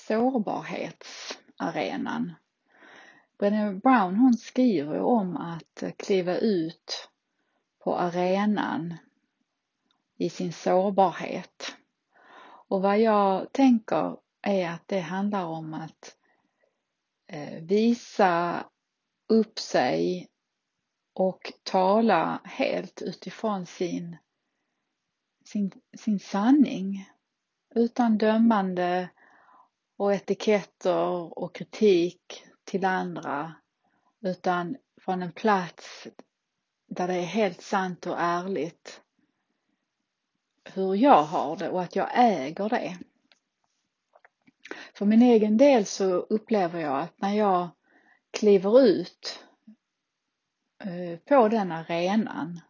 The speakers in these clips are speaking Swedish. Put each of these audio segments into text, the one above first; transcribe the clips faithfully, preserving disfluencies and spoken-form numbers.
sårbarhetsarenan. Brené Brown, hon skriver om att kliva ut på arenan i sin sårbarhet. Och vad jag tänker är att det handlar om att eh, visa upp sig och tala helt utifrån sin, sin, sin sanning. Utan dömande och etiketter och kritik till andra. Utan från en plats där det är helt sant och ärligt hur jag har det och att jag äger det. För min egen del så upplever jag att när jag kliver ut på den arenan,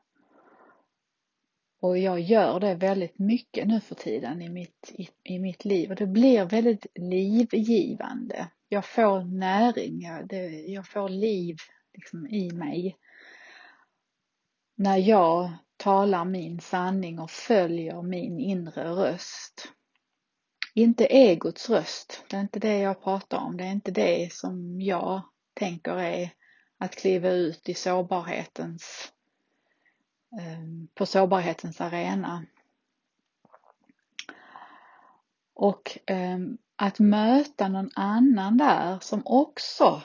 och jag gör det väldigt mycket nu för tiden i mitt, i, i mitt liv, och det blir väldigt livgivande. Jag får näring, jag, det, jag får liv liksom i mig när jag talar min sanning och följer min inre röst. Inte egots röst, det är inte det jag pratar om, det är inte det som jag tänker är att kliva ut i sårbarhetens, på sårbarhetens arena. Och att möta någon annan där som också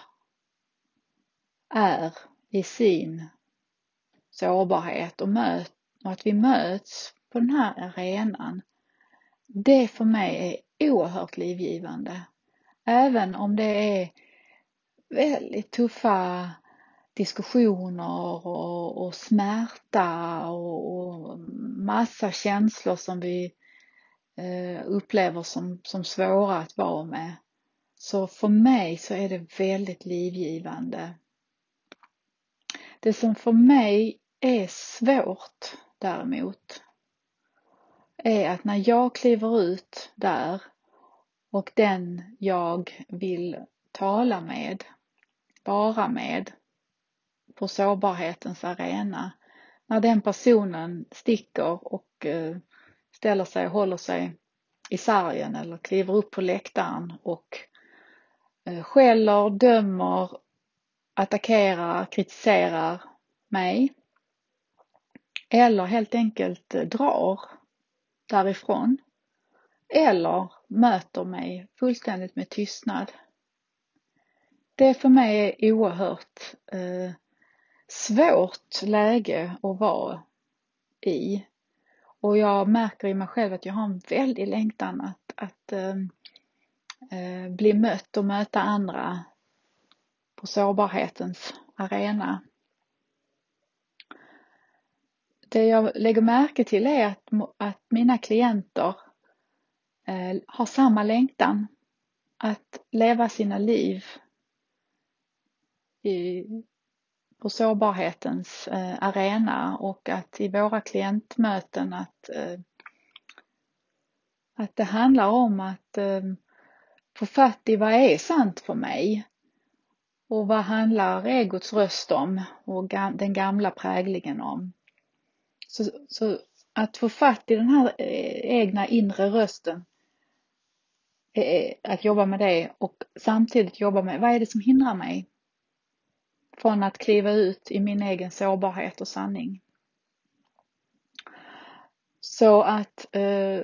är i sin sårbarhet och, möt, och att vi möts på den här arenan, det för mig är oerhört livgivande. Även om det är väldigt tuffa diskussioner och, och smärta och, och massa känslor som vi eh, upplever som, som svåra att vara med. Så för mig så är det väldigt livgivande. Det som för mig är svårt däremot är att när jag kliver ut där och den jag vill tala med, vara med på sårbarhetens arena, när den personen sticker och ställer sig och håller sig i sargen eller kliver upp på läktaren och skäller, dömer, attackerar, kritiserar mig eller helt enkelt drar därifrån eller möter mig fullständigt med tystnad. Det för mig är oerhört eh, svårt läge att vara i. Och jag märker i mig själv att jag har en väldig längtan att, att eh, bli mött och möta andra på sårbarhetens arena. Det jag lägger märke till är att, att mina klienter eh, har samma längtan att leva sina liv i, på sårbarhetens eh, arena, och att i våra klientmöten att, eh, att det handlar om att eh, få fatt i vad är sant för mig och vad handlar egots röst om och ga- den gamla präglingen om. Så, så att få fatt i den här egna inre rösten, att jobba med det och samtidigt jobba med vad är det som hindrar mig från att kliva ut i min egen sårbarhet och sanning. Så att eh,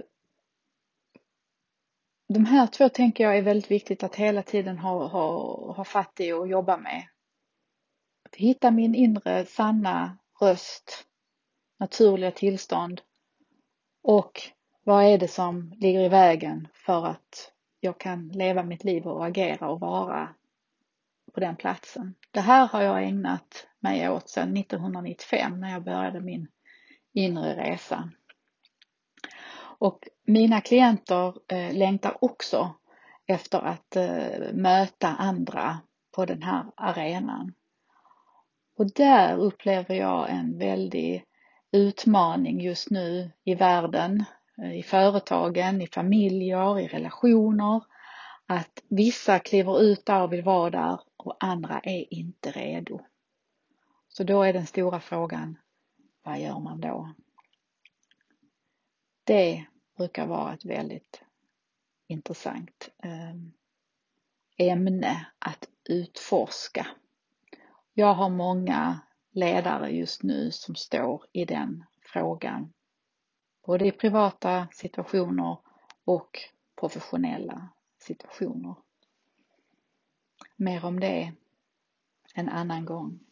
de här två tänker jag är väldigt viktigt att hela tiden ha, ha, ha fatt i och jobba med. Att hitta min inre sanna röst, naturliga tillstånd, och vad är det som ligger i vägen för att jag kan leva mitt liv och agera och vara på den platsen. Det här har jag ägnat mig åt sedan nittonhundranittiofem när jag började min inre resa. Och mina klienter eh, längtar också efter att eh, möta andra på den här arenan. Och där upplever jag en väldig utmaning just nu i världen, i företagen, i familjer, i relationer. Att vissa kliver ut där och vill vara där och andra är inte redo. Så då är den stora frågan, vad gör man då? Det brukar vara ett väldigt intressant eh, ämne att utforska. Jag har många ledare just nu som står i den frågan. Både i privata situationer och professionella situationer. Mer om det en annan gång.